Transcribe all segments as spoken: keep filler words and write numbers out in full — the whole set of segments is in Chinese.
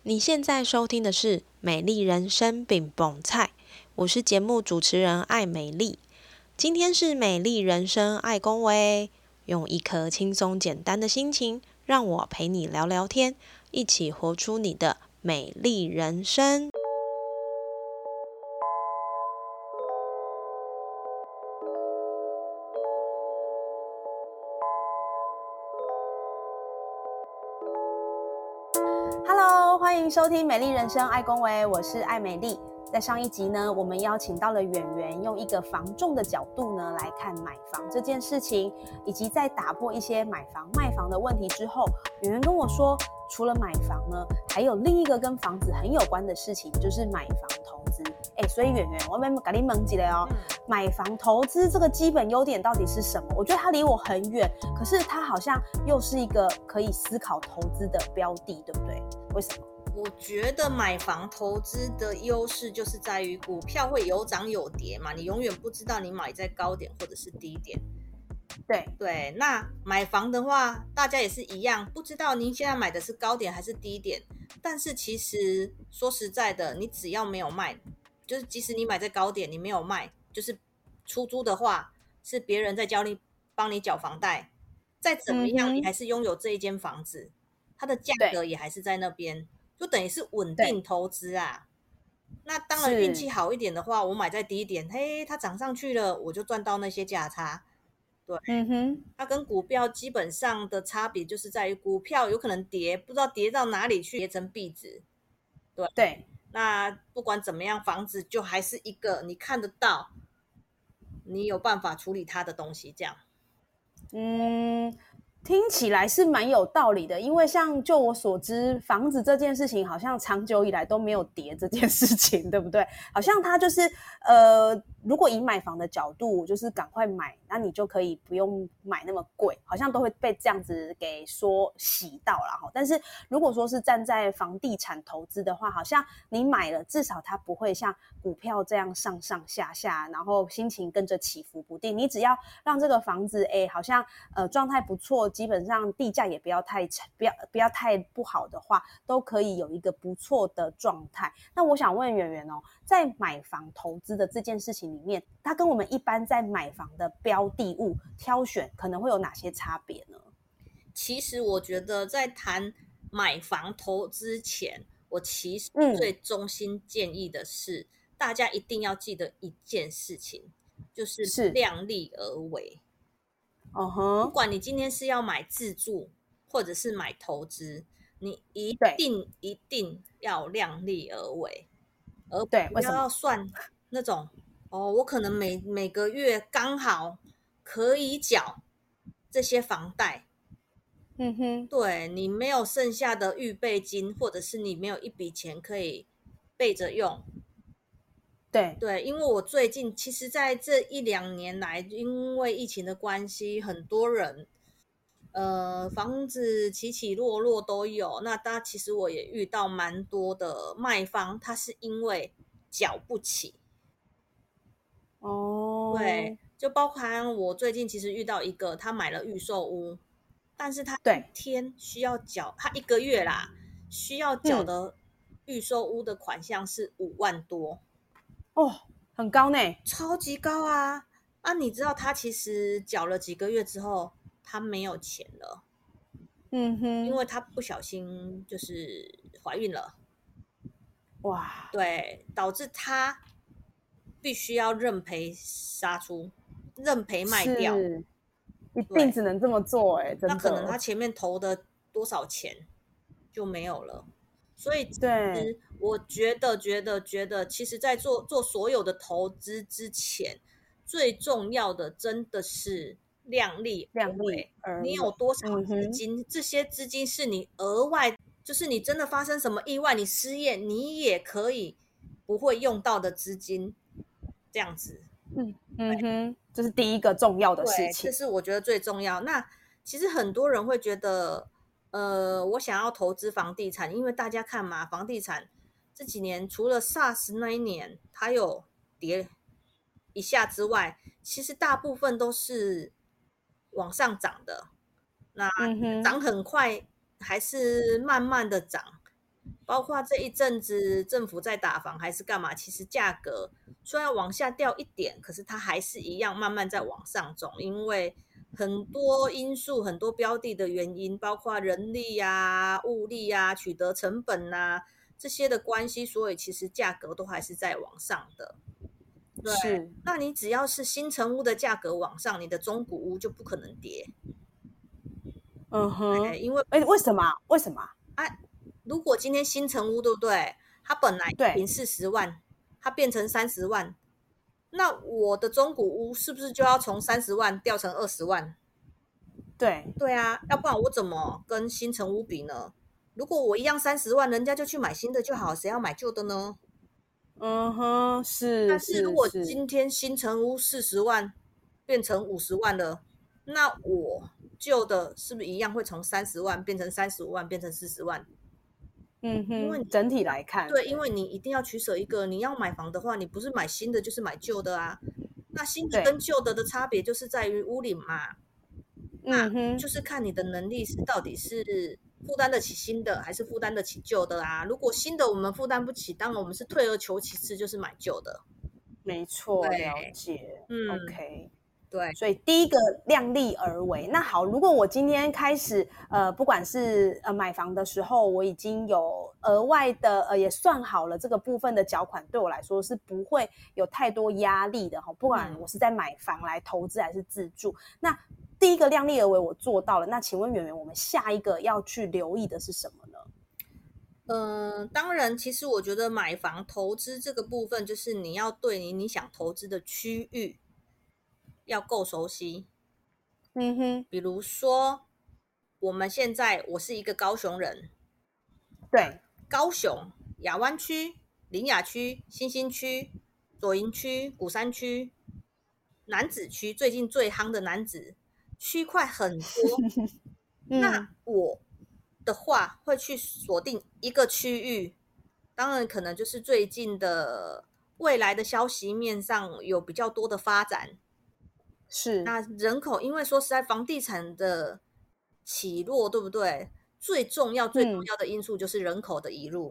你现在收听的是《美丽人生饼蹦菜》，我是节目主持人艾美丽。今天是美丽人生爱公维，用一颗轻松简单的心情，让我陪你聊聊天，一起活出你的美丽人生。Hello， 欢迎收听《美丽人生爱公维》，我是艾美丽。在上一集呢，我们邀请到了远远，用一个房仲的角度呢来看买房这件事情，以及在打破一些买房卖房的问题之后，远远跟我说，除了买房呢，还有另一个跟房子很有关的事情，就是买房投资。哎，所以远远，我们跟你问一下哦，买房投资这个基本优点到底是什么？我觉得它离我很远，可是它好像又是一个可以思考投资的标的，对不对？为什么？ 我觉得买房投资的优势就是在于股票会有涨有跌嘛，你永远不知道你买在高点或者是低点。 对对，那买房的话，大家也是一样，不知道您现在买的是高点还是低点。但是其实说实在的，你只要没有卖，就是即使你买在高点，你没有卖，就是出租的话，是别人在教你帮你缴房贷，再怎么样，你还是拥有这一间房子，它的价格也还是在那边。就等于是稳定投资啊。那当然运气好一点的话，我买在低点，嘿，它涨上去了，我就赚到那些价差。对， 嗯哼， 它跟股票基本上的差别就是在于股票有可能跌，不知道跌到哪里去，跌成壁纸。对对， 那不管怎么样，房子就还是一个你看得到，你有办法处理它的东西，这样。 嗯。听起来是蛮有道理的，因为像就我所知，房子这件事情好像长久以来都没有跌这件事情，对不对？好像它就是呃，如果以买房的角度，就是赶快买，那你就可以不用买那么贵，好像都会被这样子给说洗到了哈。但是如果说是站在房地产投资的话，好像你买了，至少它不会像股票这样上上下下，然后心情跟着起伏不定。你只要让这个房子，哎，好像呃状态不错。基本上地价也不要太不要不要太不好的话，都可以有一个不错的状态。那我想问圆圆哦，在买房投资的这件事情里面，它跟我们一般在买房的标的物挑选可能会有哪些差别呢？ 其实我觉得在谈买房投资前，我其实最衷心建议的是，嗯、大家一定要记得一件事情，就是量力而为。 Uh huh. 不管你今天是要买自住或者是买投资，你一定一定要量力而为，而不要算那种哦，我可能每每个月刚好可以缴这些房贷。 嗯哼， 对，你没有剩下的预备金，或者是你没有一笔钱可以备着用。 对对，因为我最近其实在这一两年来，因为疫情的关系，很多人呃房子起起落落都有。那当然，其实我也遇到蛮多的卖方，他是因为缴不起。 哦， 对，就包含我最近其实遇到一个，他买了预售屋，但是他一天需要缴，他一个月啦需要缴的预售屋的款项是五万多。 哦，很高呢， 超级高啊！啊，你知道他其实缴了几个月之后，他没有钱了。 嗯哼， 因为他不小心就是怀孕了。 哇， 对，导致他必须要认赔杀出，认赔卖掉。 是，一定只能这么做哎、欸，真的。 那可能他前面投的多少钱就没有了。所以其实我觉得觉得觉得其实在做做所有的投资之前，最重要的真的是量力而为。你有多少资金、嗯、这些资金是你额外，就是你真的发生什么意外，你失业，你也可以不会用到的资金，这样子。 嗯嗯哼，这是第一个重要的事情。 对，这是我觉得最重要。那其实很多人会觉得呃，我想要投资房地产，因为大家看嘛，房地产这几年除了 SARS 那一年它有跌一下之外，其实大部分都是往上涨的。那涨很快还是慢慢的涨， 包括这一阵子政府在打房还是干嘛，其实价格虽然往下掉一点，可是它还是一样慢慢在往上走，因为很多因素，很多标的的原因，包括人力啊、物力啊、取得成本啊这些的关系，所以其实价格都还是在往上的。对， 是， 那你只要是新成屋的价格往上，你的中古屋就不可能跌。 嗯哼， 因为哎，为什么？为什么？ 啊，如果今天新成屋对不对？它本来一平四十万，它变成三十万，那我的中古屋是不是就要从三十万掉成二十万？ 对， 对啊，要不然我怎么跟新成屋比呢？如果我一样三十万，人家就去买新的就好，谁要买旧的呢？ 嗯哼，是， 但是如果是今天新成屋四十万变成五十万了，那我旧的是不是一样会从三十万变成三十五万，变成四十万？ 嗯哼， 因为整体来看， 对，因为你一定要取舍一个，你要买房的话，你不是买新的就是买旧的啊。那新的跟旧的的差别就是在于屋龄嘛， 嗯哼， 就是看你的能力是到底是负担得起新的还是负担得起旧的啊。如果新的我们负担不起，当然我们是退而求其次，就是买旧的。 没错，了解， 嗯 ，OK。 对， 所以第一个量力而为。那好，如果我今天开始呃，不管是呃买房的时候，我已经有额外的呃也算好了这个部分的缴款，对我来说是不会有太多压力的哈。不管我是在买房来投资还是自住，那第一个量力而为我做到了。那请问圆圆，我们下一个要去留意的是什么呢？ 嗯、呃，当然，其实我觉得买房投资这个部分，就是你要对你你想投资的区域要够熟悉。 嗯哼， 比如说，我们现在我是一个高雄人， 对， 高雄亚湾区、苓雅区、新兴区、左营区、鼓山区、楠梓区，最近最夯的楠梓区块很多。 嗯， 那我的话会去锁定一个区域，当然可能就是最近的未来的消息面上有比较多的发展。 是， 那人口，因为说实在，房地产的起落，对不对？最重要、最重嗯要的因素就是人口的移入。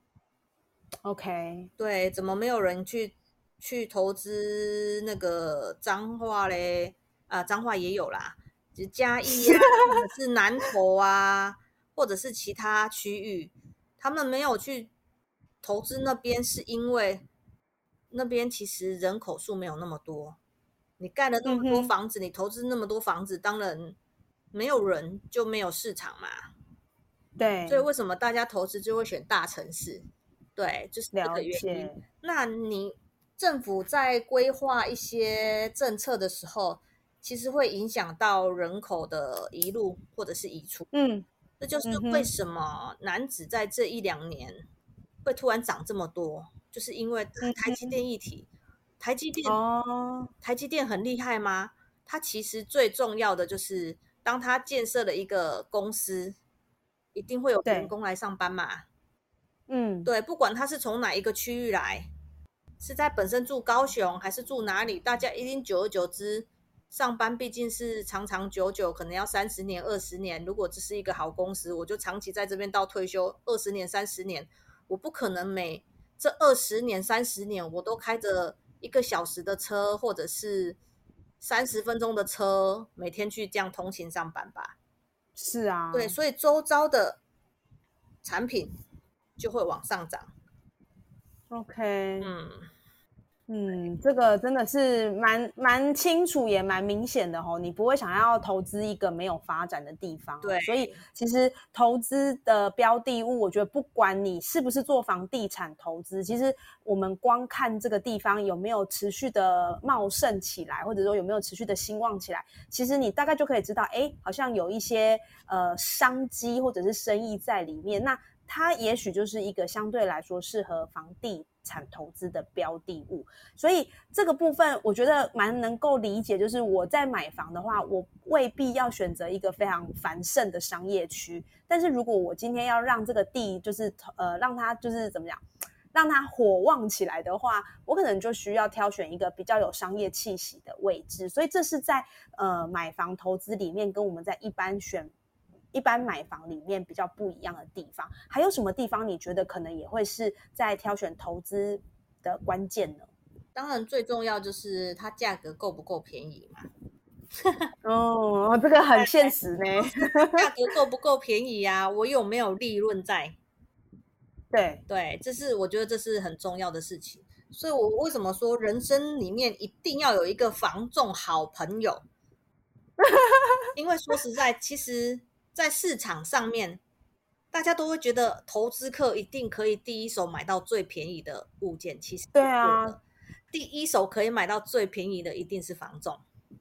，OK， 对，怎么没有人去去投资那个彰化嘞？啊，彰化也有啦，就嘉义啊，或者是南投啊，或者是其他区域，他们没有去投资那边，是因为那边其实人口数没有那么多。你盖了那么多房子，你投资那么多房子，当然没有人就没有市场嘛。 对， 所以为什么大家投资就会选大城市？对，就是这个原因。那你政府在规划一些政策的时候，其实会影响到人口的移入或者是移出。 嗯， 这就是为什么楠梓在这一两年会突然涨这么多，就是因为台积电议题。台积电哦，台积电很厉害吗？它其实最重要的就是，当它建设了一个公司，一定会有员工来上班嘛。嗯，对，不管他是从哪一个区域来，是在本身住高雄还是住哪里，大家一定久而久之上班，毕竟是长长久久，可能要三十年、二十年。如果这是一个好公司，我就长期在这边到退休，二十年、三十年，我不可能每这二十年、三十年我都开着一个小时的车，或者是三十分钟的车，每天去这样通勤上班吧。 是啊， 对，所以周遭的产品就会往上涨。 OK， 嗯嗯，这个真的是蛮蛮清楚也蛮明显的哦，你不会想要投资一个没有发展的地方。 对， 所以其实投资的标的物，我觉得不管你是不是做房地产投资，其实我们光看这个地方有没有持续的茂盛起来，或者说有没有持续的兴旺起来，其实你大概就可以知道，哎，好像有一些呃商机或者是生意在里面。那它也许就是一个相对来说适合房地产投资的标的物，所以这个部分我觉得蛮能够理解。就是我在买房的话，我未必要选择一个非常繁盛的商业区，但是如果我今天要让这个地就是呃让它就是怎么讲，让它火旺起来的话，我可能就需要挑选一个比较有商业气息的位置。所以这是在呃买房投资里面跟我们在一般选一般买房里面比较不一样的地方？还有什么地方你觉得可能也会是在挑选投资的关键呢？ 当然最重要就是它价格够不够便宜嘛。 哦，这个很现实呢。 价格够不够便宜啊？我有没有利润在？ 对对，这是我觉得这是很重要的事情。所以我为什么说人生里面一定要有一个房仲好朋友？因为说实在，其实在市场上面，大家都会觉得投资客一定可以第一手买到最便宜的物件，其实对啊， 第一手可以买到最便宜的一定是房仲。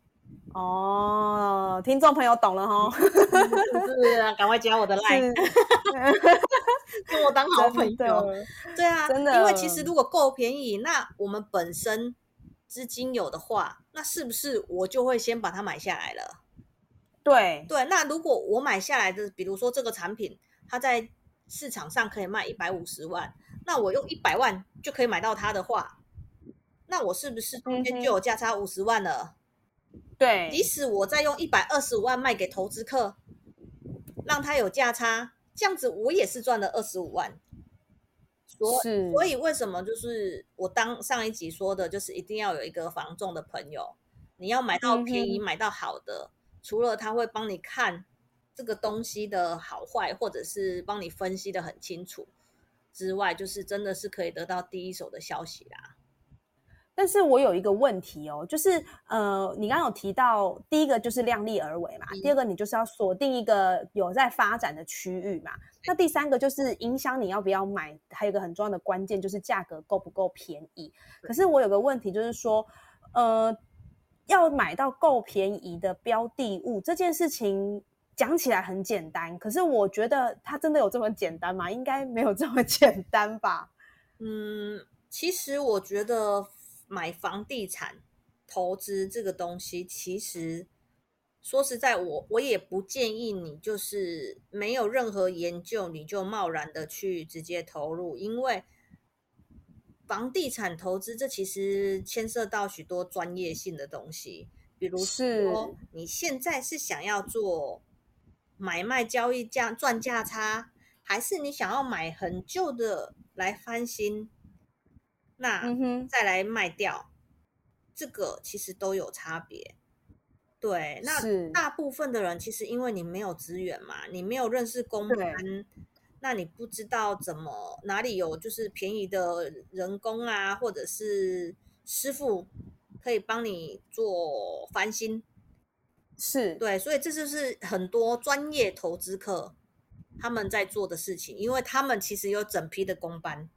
哦，听众朋友懂了齁。 是不是啊？赶快加我的 line， 跟我当好朋友。对啊， 真的， 因为其实如果够便宜，那我们本身资金有的话，那是不是我就会先把它买下来了？ 对对，那如果我买下来的，比如说这个产品，它在市场上可以卖一百五十万，那我用一百万就可以买到它的话，那我是不是中间就有价差五十万了？ 对， 即使我再用一百二十五万卖给投资客，让他有价差，这样子我也是赚了二十五万。所是， 所以为什么就是我当上一集说的，就是一定要有一个房仲的朋友，你要买到便宜， 嗯、 买到好的，除了他会帮你看这个东西的好坏，或者是帮你分析的很清楚之外，就是真的是可以得到第一手的消息啦。 但是我有一个问题哦，就是呃，你刚刚有提到，第一个就是量力而为嘛， 嗯、 第二个你就是要锁定一个有在发展的区域嘛，那第三个就是影响你要不要买，还有一个很重要的关键就是价格够不够便宜。可是我有个问题就是说，呃，要买到够便宜的标的物这件事情讲起来很简单，可是我觉得它真的有这么简单吗？应该没有这么简单吧。 嗯，其实我觉得买房地产投资这个东西，其实说实在我我也不建议你就是没有任何研究你就贸然的去直接投入，因为房地产投资这其实牵涉到许多专业性的东西，比如说你现在是想要做买卖交易价赚价差，还是你想要买很旧的来翻新，那再来卖掉，这个其实都有差别。对，那大部分的人其实因为你没有资源嘛，你没有认识工班，那你不知道怎么哪里有就是便宜的人工啊，或者是师傅可以帮你做翻新。 是， 对，所以这就是很多专业投资客他们在做的事情，因为他们其实有整批的工班。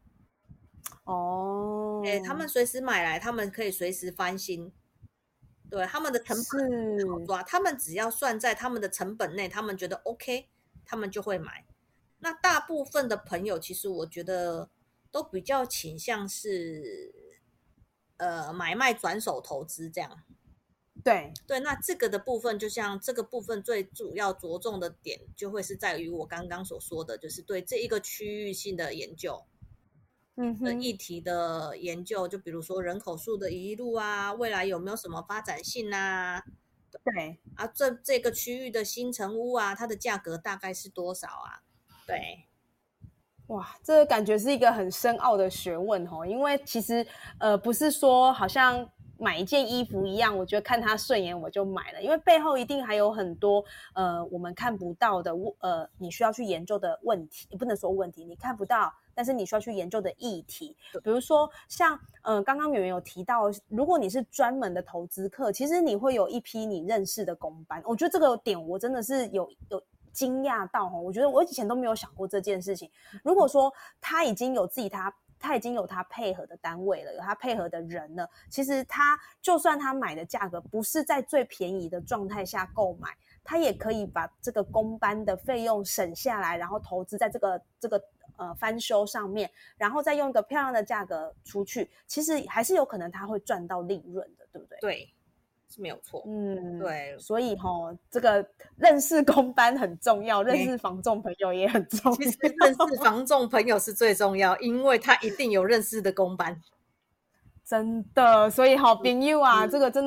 哦， 欸，他们随时买来，他们可以随时翻新。对，他们的成本好抓，他们只要算在他们的成本内，他们觉得 OK， 他们就会买。那大部分的朋友，其实我觉得都比较倾向是呃买卖转手投资这样。 对对，那这个的部分，就像这个部分最主要着重的点，就会是在于我刚刚所说的，就是对这一个区域性的研究。 嗯哼， 议题的研究，就比如说人口数的移入啊，未来有没有什么发展性啊？ 对啊，这这个区域的新成屋啊，它的价格大概是多少啊？对， 哇，这个感觉是一个很深奥的学问哦，因为其实呃不是说好像买一件衣服一样，我觉得看它顺眼我就买了，因为背后一定还有很多呃我们看不到的呃你需要去研究的问题，也不能说问题，你看不到。但是你需要去研究的议题，比如说像呃刚刚圆圆有提到，如果你是专门的投资客，其实你会有一批你认识的公班，我觉得这个点我真的是有有惊讶到哦，我觉得我以前都没有想过这件事情。如果说他已经有自己他他已经有他配合的单位了，有他配合的人了，其实他就算他买的价格不是在最便宜的状态下购买，他也可以把这个公班的费用省下来，然后投资在这个这个呃翻修上面，然后再用一个漂亮的价格出去，其实还是有可能他会赚到利润的，对不对？ 对，是没有错。 嗯， 对， 所以齁，这个认识公班很重要，认识房仲朋友也很重要。 其实认识房仲朋友是最重要，因为他一定有认识的公班。 真的，所以好朋友啊、嗯，这个真的是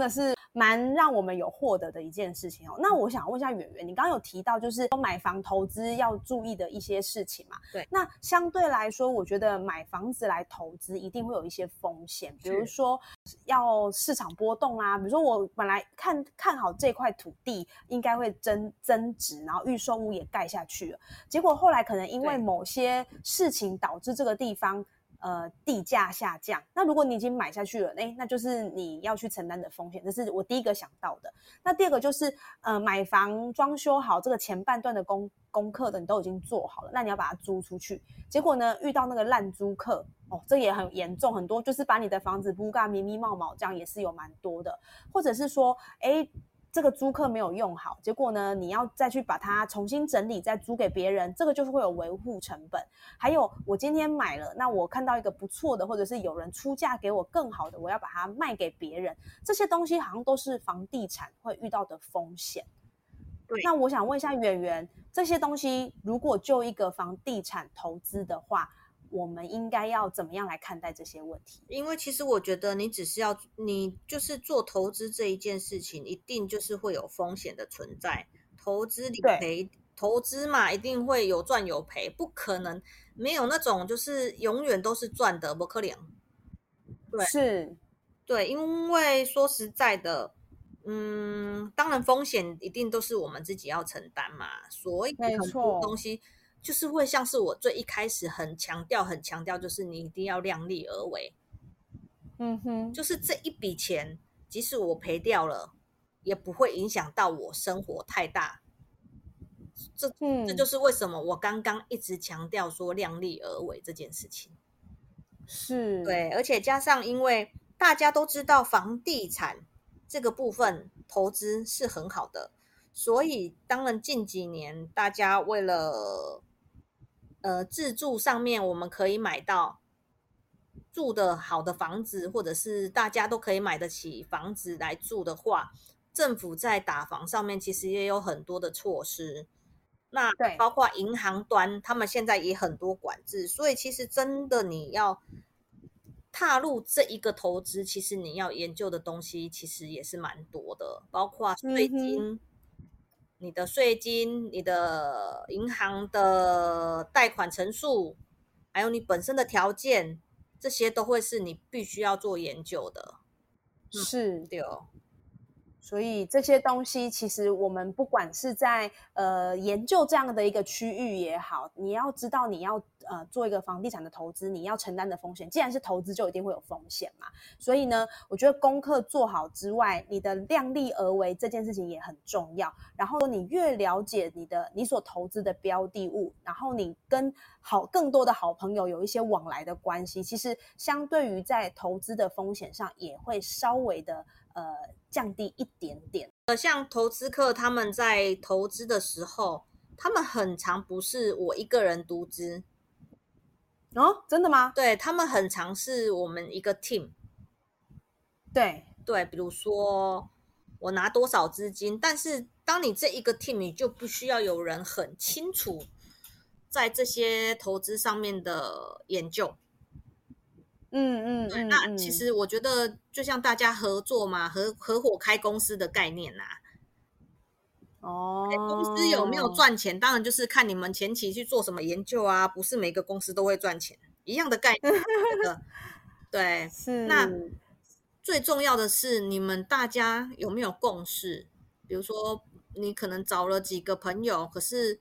蛮让我们有获得的一件事情哦。那我想问一下圆圆，你刚刚有提到就是买房投资要注意的一些事情嘛？ 对。 那相对来说，我觉得买房子来投资一定会有一些风险，比如说要市场波动啊，比如说我本来看看好这块土地应该会增增值，然后预售屋也盖下去了，结果后来可能因为某些事情导致这个地方呃地价下降，那如果你已经买下去了，哎，那就是你要去承担的风险，这是我第一个想到的。那第二个就是呃买房装修好这个前半段的功功课的你都已经做好了，那你要把它租出去，结果呢遇到那个烂租客，哦，这也很严重，很多就是把你的房子布嘎咪咪冒冒，这样也是有蛮多的。或者是说哎这个租客没有用好，结果呢你要再去把它重新整理再租给别人，这个就是会有维护成本。还有我今天买了，那我看到一个不错的，或者是有人出价给我更好的，我要把它卖给别人，这些东西好像都是房地产会遇到的风险。 对， 那我想问一下圆圆，这些东西如果就一个房地产投资的话，我们应该要怎么样来看待这些问题？ 因为其实我觉得你只是要你就是做投资这一件事情，一定就是会有风险的存在。投资理赔，投资嘛，一定会有赚有赔，不可能没有那种就是永远都是赚的，不可能。对， 是， 对，因为说实在的，嗯，当然风险一定都是我们自己要承担嘛，所以很多东西就是会像是我最一开始很强调很强调，就是你一定要量力而为。 嗯哼， 就是这一笔钱即使我赔掉了也不会影响到我生活太大，这、嗯、这就是为什么我刚刚一直强调说量力而为这件事情。 是， 对，而且加上因为大家都知道房地产这个部分投资是很好的，所以当然近几年大家为了呃自住上面我们可以买到住的好的房子，或者是大家都可以买得起房子来住的话，政府在打房上面其实也有很多的措施，那包括银行端他们现在也很多管制，所以其实真的你要踏入这一个投资，其实你要研究的东西其实也是蛮多的，包括税金、嗯、你的税金、你的银行的贷款成数，还有你本身的条件，这些都会是你必须要做研究的。 是， 嗯、对哦。 所以这些东西其实我们不管是在呃研究这样的一个区域也好，你要知道你要呃做一个房地产的投资，你要承担的风险，既然是投资就一定会有风险嘛，所以呢我觉得功课做好之外，你的量力而为这件事情也很重要，然后你越了解你的你所投资的标的物，然后你跟好更多的好朋友有一些往来的关系，其实相对于在投资的风险上也会稍微的呃降低一点点。 呃，像投资客他们在投资的时候，他们很常不是我一个人独资。 哦，真的吗？ 对，他们很常是我们一个 team。 对对，比如说我拿多少资金，但是当你这一个 team， 你就不需要有人很清楚在这些投资上面的研究。 嗯嗯嗯， 那其实我觉得就像大家合作嘛，合合伙开公司的概念啊。 哦， 公司有没有赚钱，当然就是看你们前期去做什么研究啊，不是每个公司都会赚钱，一样的概念。觉得对， 是。 那最重要的是你们大家有没有共识？比如说你可能找了几个朋友，可是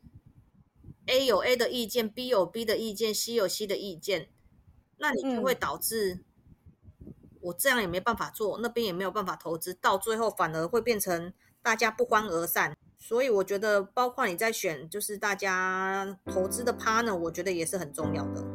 A 有 A 的意见， B 有 B 的意见， C 有 C 的意见，那你就会导致我这样也没办法做，那边也没有办法投资，到最后反而会变成大家不欢而散。所以我觉得包括你在选就是大家投资的 partner， 我觉得也是很重要的。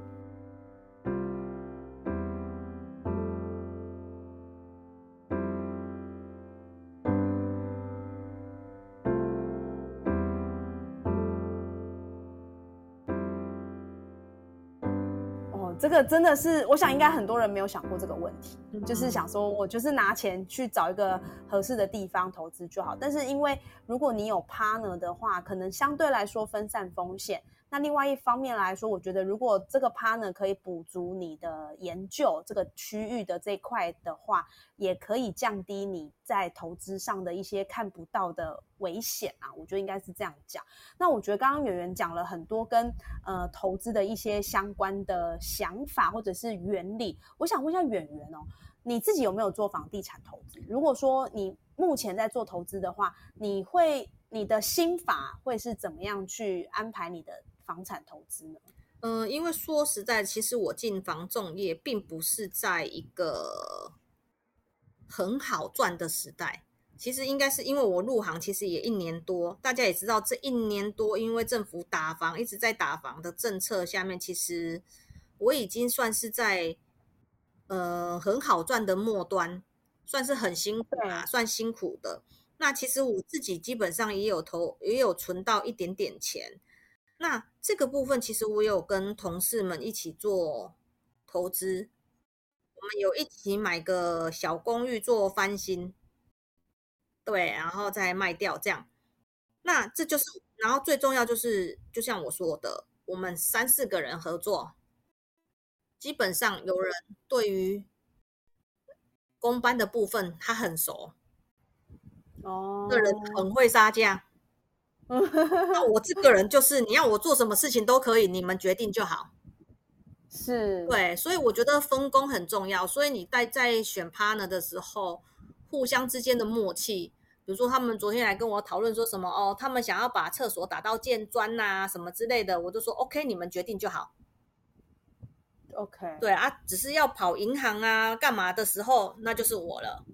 这个真的是，我想应该很多人没有想过这个问题，嗯、就是想说我就是拿钱去找一个合适的地方投资就好。但是因为如果你有 partner 的话，可能相对来说分散风险， 那另外一方面来说，我觉得如果这个 partner 可以补足你的研究这个区域的这一块的话，也可以降低你在投资上的一些看不到的危险啊，我觉得应该是这样讲。那我觉得刚刚圆圆讲了很多跟呃投资的一些相关的想法或者是原理，我想问一下圆圆哦，你自己有没有做房地产投资？如果说你目前在做投资的话，你会你的心法会是怎么样去安排你的房产投资呢？ 嗯、呃，因为说实在，其实我进房仲业并不是在一个很好赚的时代。其实应该是因为我入行其实也一年多，大家也知道这一年多因为政府打房一直在打房的政策下面，其实我已经算是在呃很好赚的末端，算是很辛苦啦，算辛苦的。那其实我自己基本上也有投，也有存到一点点钱。那这个部分其实我有跟同事们一起做投资，我们有一起买个小公寓做翻新，对，然后再卖掉这样。那这就是，然后最重要就是，就像我说的，我们三四个人合作，基本上有人对于公班的部分他很熟， 哦， 这人很会杀价。那我这个人就是你要我做什么事情都可以，你们决定就好。 是， 对，所以我觉得分工很重要。所以你在在选 partner 的时候，互相之间的默契，比如说他们昨天来跟我讨论说什么哦，他们想要把厕所打到建砖呐、什么之类的，我就说 OK， 你们决定就好。 OK， 对啊，只是要跑银行啊干嘛的时候，那就是我了。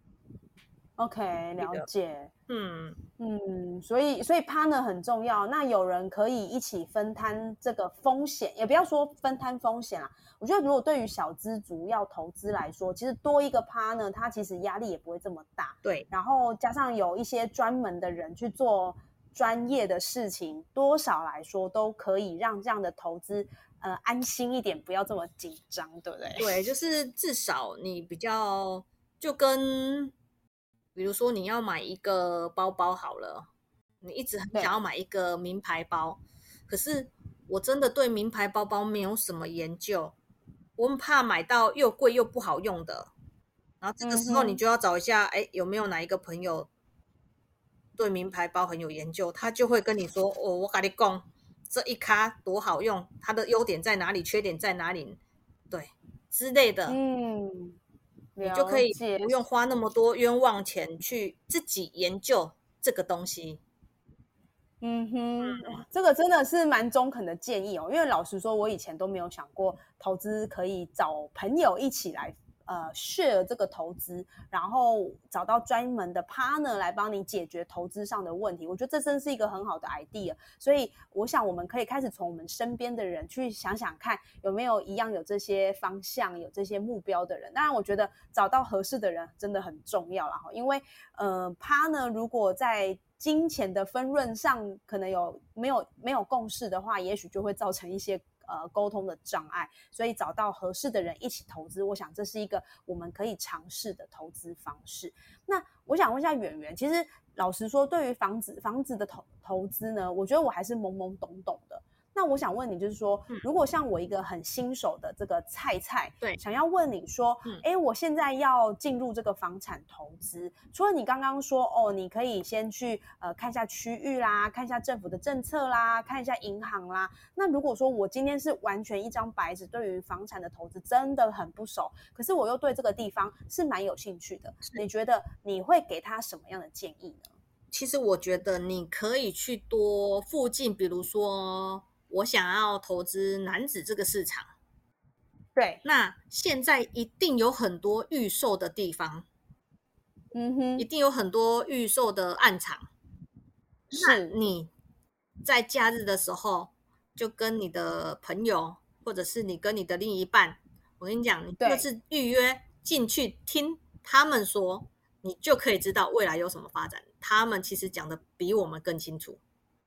OK，了解。 嗯嗯，所以所以 partner 很重要。那有人可以一起分摊这个风险，也不要说分摊风险啦。我觉得如果对于小资族要投资来说，其实多一个 partner，他其实压力也不会这么大。 对， 然后加上有一些专门的人去做专业的事情，多少来说都可以让这样的投资呃安心一点，不要这么紧张，对不对？ 对，就是至少你比较就跟。比如说你要买一个包包好了，你一直很想要买一个名牌包，可是我真的对名牌包包没有什么研究，我很怕买到又贵又不好用的。然后这个时候你就要找一下，哎、嗯，有没有哪一个朋友对名牌包很有研究，他就会跟你说，哦，我跟你讲，这一卡多好用，它的优点在哪里，缺点在哪里，对之类的。 嗯。 你就可以不用花那么多冤枉钱去自己研究这个东西。 嗯哼，哇，这个真的是蛮中肯的建议哦。因为老实说，我以前都没有想过投资可以找朋友一起来呃 share 这个投资，然后找到专门的 partner 来帮你解决投资上的问题。我觉得这真是一个很好的 idea。所以我想我们可以开始从我们身边的人去想想看，有没有一样有这些方向、有这些目标的人。当然，我觉得找到合适的人真的很重要啦，因为呃 partner 如果在金钱的分润上可能有没有没有共识的话，也许就会造成一些呃沟通的障碍。所以找到合适的人一起投资，我想这是一个我们可以尝试的投资方式。那我想问一下圆圆，其实老实说，对于房子房子的投投资呢，我觉得我还是懵懵懂懂的。那我想问你，就是说，如果像我一个很新手的这个菜菜， 对， 想要问你说，哎、嗯，我现在要进入这个房产投资，除了你刚刚说，哦，你可以先去呃看一下区域啦，看一下政府的政策啦，看一下银行啦。那如果说我今天是完全一张白纸，对于房产的投资真的很不熟，可是我又对这个地方是蛮有兴趣的，你觉得你会给他什么样的建议呢？ 其实我觉得你可以去多附近，比如说我想要投资楠梓这个市场， 对， 那现在一定有很多预售的地方， 嗯哼， 一定有很多预售的案场。 是你在假日的时候，就跟你的朋友，或者是你跟你的另一半，我跟你讲，你就是预约进去听他们说，你就可以知道未来有什么发展。他们其实讲的比我们更清楚。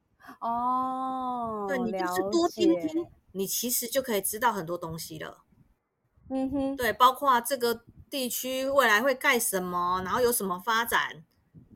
哦， 对，你就是多听听，你其实就可以知道很多东西了。 嗯哼， 对，包括这个地区未来会盖什么，然后有什么发展，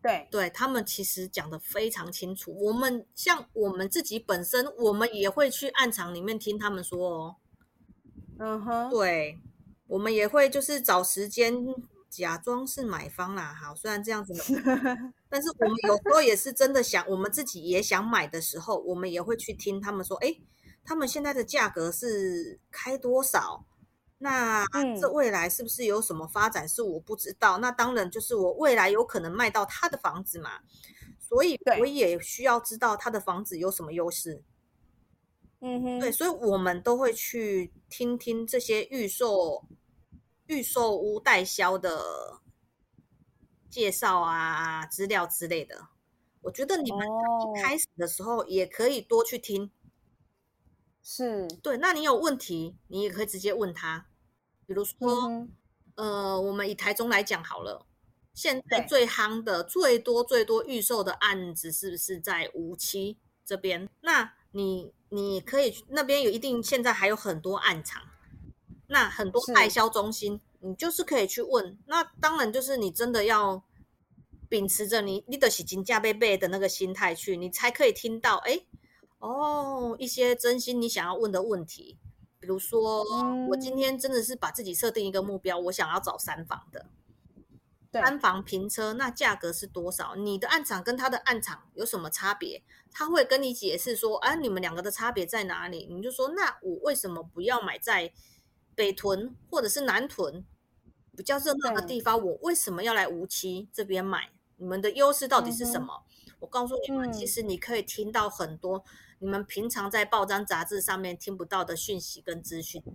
对对，他们其实讲得非常清楚。我们像我们自己本身，我们也会去暗场里面听他们说哦。 嗯哼， 对，我们也会就是找时间假装是买方啦。好，虽然这样子，但是我们有时候也是真的想，我们自己也想买的时候，我们也会去听他们说，哎，他们现在的价格是开多少？那这嗯， 未来是不是有什么发展是我不知道？那当然就是我未来有可能卖到他的房子嘛，所以我对， 也需要知道他的房子有什么优势。对， 嗯哼， 所以我们都会去听听这些预售预售屋代销的介绍啊、资料之类的。我觉得你们在一哦， 开始的时候也可以多去听。 是， 对，那你有问题，你也可以直接问他。比如说， 嗯哼， 呃，我们以台中来讲好了，现在对， 最夯的、最多最多预售的案子是不是在无期这边？那你你可以那边有一定，现在还有很多暗场，那很多代是， 销中心，你就是可以去问。那当然就是你真的要秉持着你你的是金价贝贝的那个心态去，你才可以听到，哎，哦，一些真心你想要问的问题。比如说，我今嗯， 天真的是把自己设定一个目标，我想要找三房的， 对， 三房平车，那价格是多少？你的暗场跟他的暗场有什么差别？他会跟你解释说，啊，你们两个的差别在哪里？你就说，那我为什么不要买在北屯或者是南屯比较热闹的对， 地方？我为什么要来无锡这边买？你们的优势到底嗯哼， 是什么？我告诉你们，其嗯， 实你可以听到很多你们平常在报章杂志上面听不到的讯息跟资讯。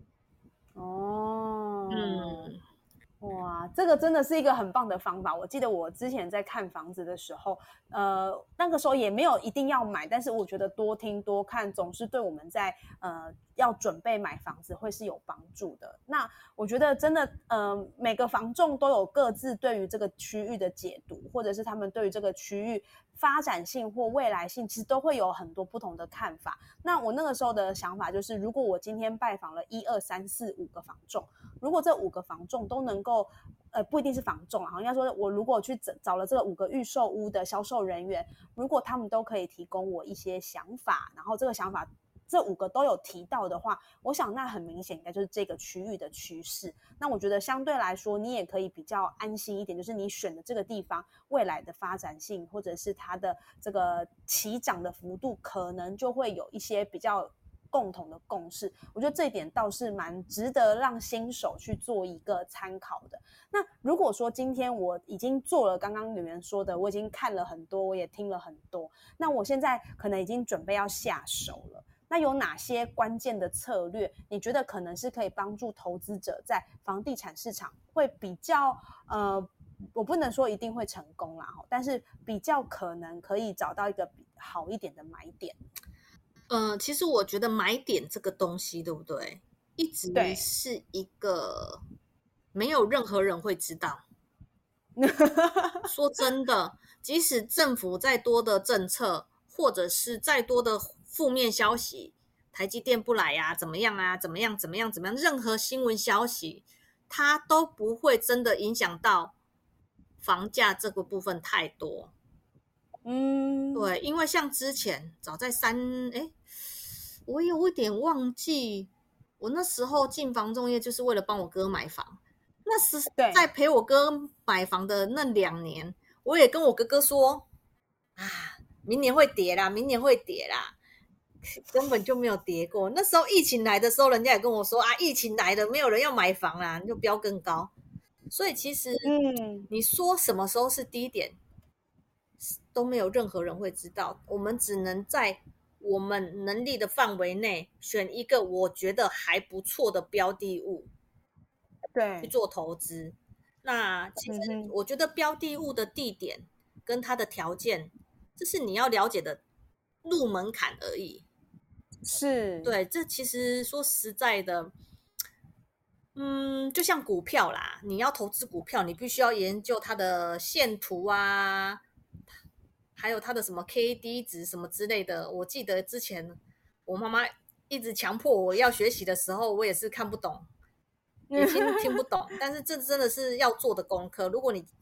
哦。 嗯， 哇，这个真的是一个很棒的方法。我记得我之前在看房子的时候，呃，那个时候也没有一定要买，但是我觉得多听多看总是对我们在呃要准备买房子会是有帮助的。那我觉得真的，呃，每个房仲都有各自对于这个区域的解读，或者是他们对于这个区域发展性或未来性，其实都会有很多不同的看法。那我那个时候的想法就是，如果我今天拜访了一二三四五个房仲，如果这五个房仲都能够，呃，不一定是房仲啊，应该说，我如果去找了这个五个预售屋的销售人员，如果他们都可以提供我一些想法，然后这个想法这五个都有提到的话，我想那很明显应该就是这个区域的趋势。那我觉得相对来说，你也可以比较安心一点，就是你选的这个地方未来的发展性，或者是它的这个起涨的幅度，可能就会有一些比较共同的共识。我觉得这一点倒是蛮值得让新手去做一个参考的。那如果说今天我已经做了刚刚女人说的，我已经看了很多，我也听了很多，那我现在可能已经准备要下手了。那有哪些关键的策略，你觉得可能是可以帮助投资者在房地产市场会比较呃，我不能说一定会成功啦，但是比较可能可以找到一个好一点的买点。 呃，其实我觉得买点这个东西，对不对？一直对， 是一个没有任何人会知道。说真的，即使政府再多的政策，或者是再多的负面消息，台积电不来呀、怎么样啊？怎么样？怎么样？怎么样？任何新闻消息，它都不会真的影响到房价这个部分太多。 嗯， 对，因为像之前早在三，哎，我有一点忘记，我那时候进房仲业就是为了帮我哥买房。那时在对， 陪我哥买房的那两年，我也跟我哥哥说啊，明年会跌啦，明年会跌啦，根本就没有跌过。那时候疫情来的时候，人家也跟我说啊，疫情来了，没有人要买房啦，就标更高。所以其实嗯， 你说什么时候是低点，都没有任何人会知道。我们只能在我们能力的范围内选一个我觉得还不错的标的物去对， 做投资。那其实嗯哼， 我觉得标的物的地点跟它的条件，这是你要了解的入门槛而已。 是， 对，这其实说实在的，嗯，就像股票啦，你要投资股票，你必须要研究它的线图啊，还有它的什么 K D 值什么之类的。我记得之前我妈妈一直强迫我要学习的时候，我也是看不懂，也听听不懂。但是这真的是要做的功课。如果你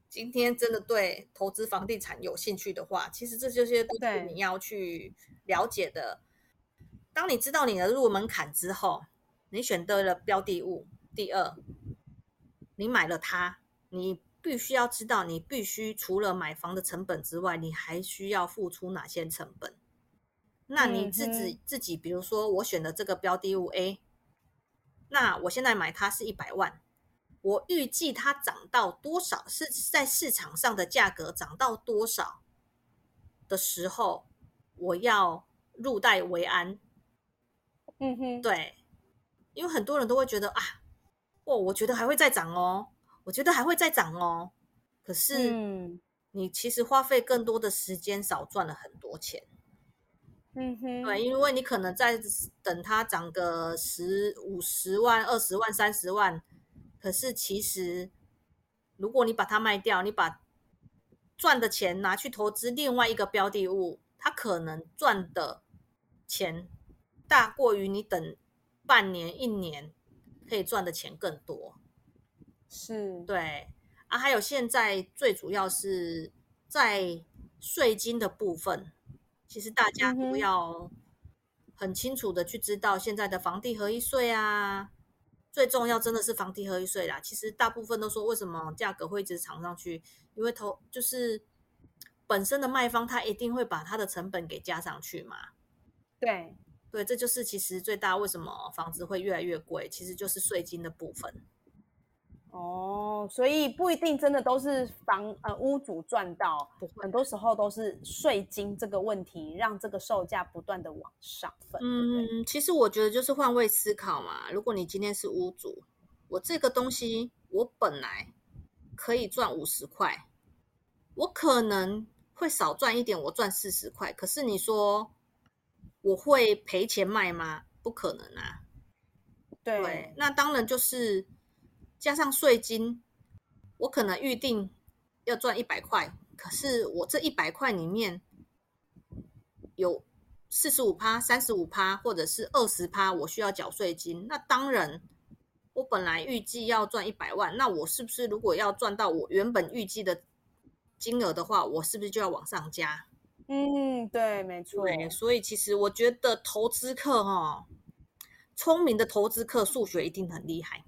今天真的对投资房地产有兴趣的话，其实这这些都是对你要去了解的。当你知道你的入门槛之后，你选对了标的物，第二，你买了它，你必须要知道，你必须除了买房的成本之外，你还需要付出哪些成本。那你自己、 嗯、 自己，比如说我选的这个标的物 A， 那我现在买它是一百万，我预计它涨到多少，是在市场上的价格涨到多少的时候，我要入袋为安。 嗯哼， 对，因为很多人都会觉得啊，哦，我觉得还会再涨哦，我觉得还会再涨哦。可是嗯你其实花费更多的时间，少赚了很多钱。 嗯哼， 对，因为你可能在等它涨个十五十万、二十万、三十万，可是其实如果你把它卖掉，你把赚的钱拿去投资另外一个标的物，它可能赚的钱大过于你等半年、一年可以赚的钱更多。 是， 对啊，还有现在最主要是在税金的部分，其实大家都嗯哼， 要很清楚的去知道现在的房地合一税啊，最重要真的是房地合一税啦。其实大部分都说为什么价格会一直涨上去，因为投就是本身的卖方他一定会把他的成本给加上去嘛。 对。 对，这就是其实最大为什么房子会越来越贵，其实就是税金的部分。 哦，所以不一定真的都是房呃屋主赚到， 不会。 很多时候都是税金这个问题让这个售价不断的往上奋，对不对？ 嗯，其实我觉得就是换位思考嘛。如果你今天是屋主，我这个东西我本来可以赚五十块，我可能会少赚一点，我赚四十块。可是你说我会赔钱卖吗？不可能啊。对， 对， 那当然就是加上税金，我可能预定要赚一百块，可是我这一百块里面有四十五趴、三十五趴，或者是二十趴，我需要缴税金。那当然，我本来预计要赚一百万，那我是不是如果要赚到我原本预计的金额的话，我是不是就要往上加？ 嗯，对，没对， 错， 所以其实我觉得投资客哈、哦，聪明的投资客数学一定很厉害，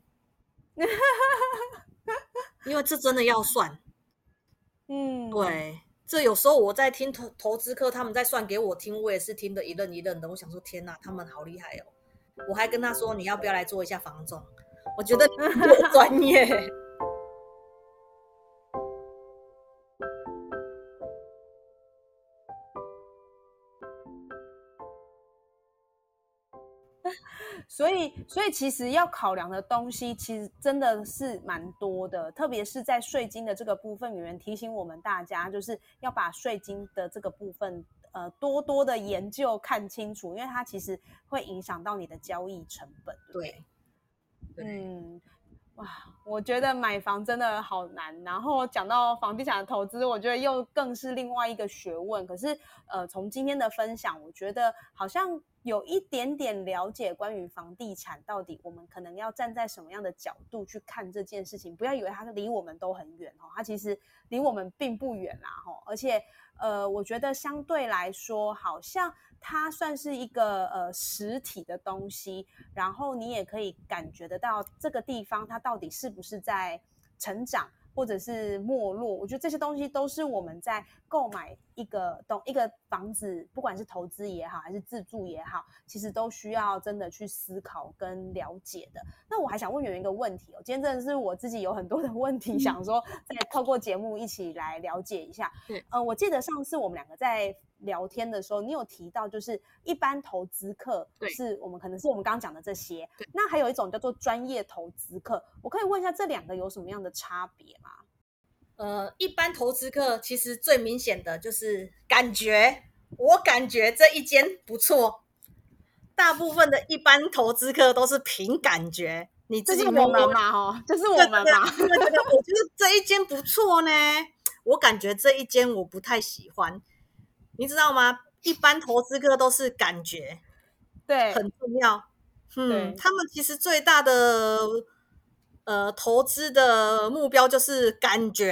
因为这真的要算。 嗯， 对，这有时候我在听投投资客他们在算给我听，我也是听得一愣一愣的。我想说，天哪，他们好厉害哦！我还跟他说，你要不要来做一下房仲？我觉得你比我专业。 所以，所以其实要考量的东西，其实真的是蛮多的，特别是在税金的这个部分，有人提醒我们大家，就是要把税金的这个部分，呃，多多的研究看清楚，因为它其实会影响到你的交易成本，对不对？ 对， 嗯，哇，我觉得买房真的好难。然后讲到房地产的投资，我觉得又更是另外一个学问。可是，呃，从今天的分享，我觉得好像有一点点了解关于房地产到底我们可能要站在什么样的角度去看这件事情。不要以为它离我们都很远哦，它其实离我们并不远啦吼。而且，呃，我觉得相对来说，好像它算是一个呃实体的东西。然后你也可以感觉得到这个地方它到底是不是在成长或者是没落。我觉得这些东西都是我们在购买一个东一个房子，不管是投资也好还是自住也好，其实都需要真的去思考跟了解的。那我还想问有一个问题哦，今天真的是我自己有很多的问题，想说再透过节目一起来了解一下。呃，我记得上次我们两个在聊天的时候，你有提到就是一般投资客是我们可能是我们刚刚讲的这些，那还有一种叫做专业投资客，我可以问一下这两个有什么样的差别吗？ 呃，一般投资客其实最明显的就是感觉，我感觉这一间不错。大部分的一般投资客都是凭感觉，你自己摸摸， 这是我们嘛，哦，这是我们嘛。 对对对对，我觉得这一间不错呢，我感觉这一间我不太喜欢，你知道吗？一般投资客都是感觉， 对， 很重要。嗯， 对， 他们其实最大的呃投资的目标就是感觉。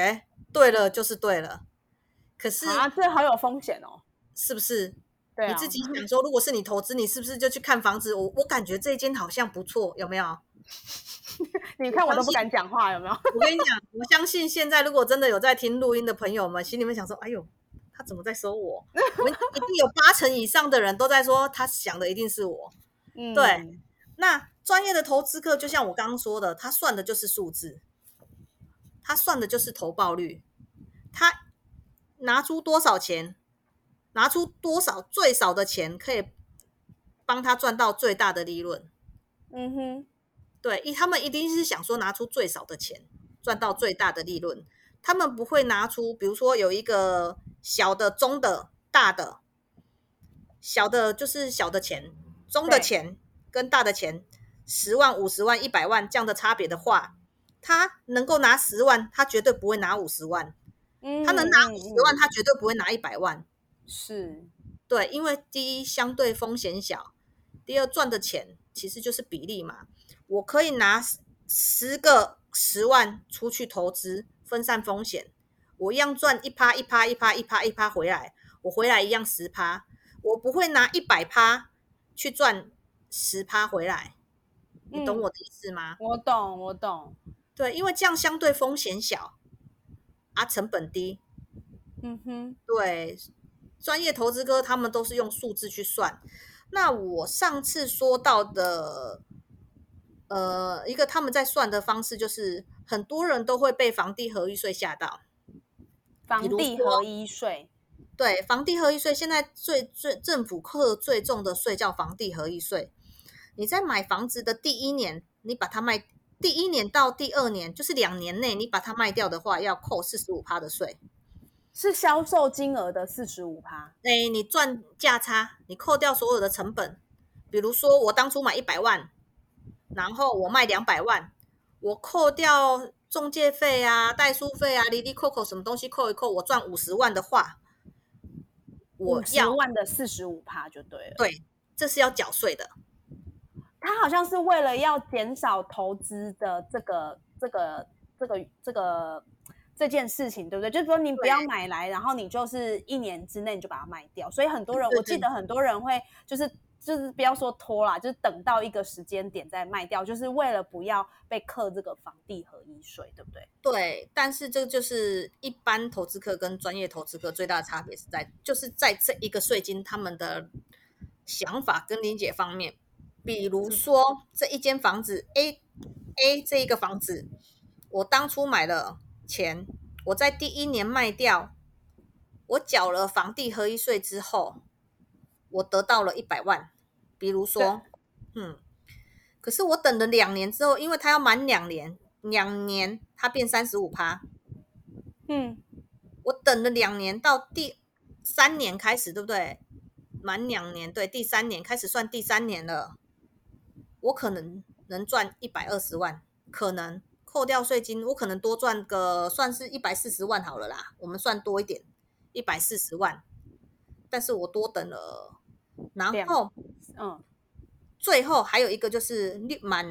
对了就是对了。可是啊，这好有风险哦。 是不是？ 对啊， 你自己想说，如果是你投资，你是不是就去看房子？我我感觉这一间好像不错，有没有？ 你看我都不敢讲话，有没有？ 我跟你讲，我相信现在如果真的有在听录音的朋友们，心里面想说：“哎呦，他怎么在说我？”我们一定有八成以上的人都在说，他想的一定是我。 嗯， 对，那专业的投资客，就像我刚刚说的，他算的就是数字，他算的就是投报率，他拿出多少钱，拿出多少最少的钱，可以帮他赚到最大的利润。 嗯哼， 对，他们一定是想说拿出最少的钱，赚到最大的利润。他们不会拿出，比如说有一个小的、中的、大的，小的就是小的钱，中的钱跟大的钱，十万、五十万、一百万这样的差别的话，他能够拿十万，他绝对不会拿五十万； 嗯， 他能拿五十万，他绝对不会拿一百万。 是， 对，因为第一相对风险小，第二赚的钱其实就是比例嘛。我可以拿十个十万出去投资，分散风险，我一样赚一趴一趴一趴一趴一趴回来，我回来一样十趴，我不会拿一百趴去赚十趴回来，你懂我的意思吗？ 嗯、我懂，我懂。 对，因为这样相对风险小，啊，成本低。 嗯哼， 对，专业投资哥他们都是用数字去算。那我上次说到的。呃，一个他们在算的方式就是，很多人都会被房地合一税吓到。 房地合一税， 对，房地合一税现在最最政府课最重的税叫房地合一税。你在买房子的第一年，你把它卖，第一年到第二年，就是两年内，你把它卖掉的话，要扣四十五趴的税。 是销售金额的四十五趴。 哎，你赚价差，你扣掉所有的成本，比如说我当初买一百万。然后我卖两百万，我扣掉中介费啊、代书费啊、离离扣扣什么东西扣一扣，我赚五十万的话，我要五十万的四十五趴就对了。 对，这是要缴税的。 他好像是为了要减少投资的这个、这个、这个、这个这件事情，对不对？就是说你不要买来，然后你就是一年之内你就把它卖掉。所以很多人，我记得很多人会就是。就是不要说拖啦，就是等到一个时间点再卖掉，就是为了不要被课这个房地合一税，对不对？ 对，但是这就是一般投资客跟专业投资客最大的差别是在，就是在这一个税金他们的想法跟理解方面。比如说这一间房子 A A 这一个房子，我当初买了钱，我在第一年卖掉，我缴了房地合一税之后。我得到了一百万，比如说，嗯，可是我等了两年之后，因为它要满两年，两年它变三十五趴， 嗯， 我等了两年，到第三年开始，对不对？满两年，对，第三年开始算第三年了，我可能能赚一百二十万，可能扣掉税金，我可能多赚个算是一百四十万好了啦，我们算多一点，一百四十万，但是我多等了。然后， 嗯， 最后还有一个就是六满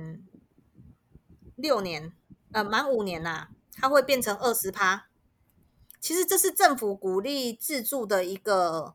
六年，呃，满五年啦、啊，它会变成二十趴。其实这是政府鼓励自住的一个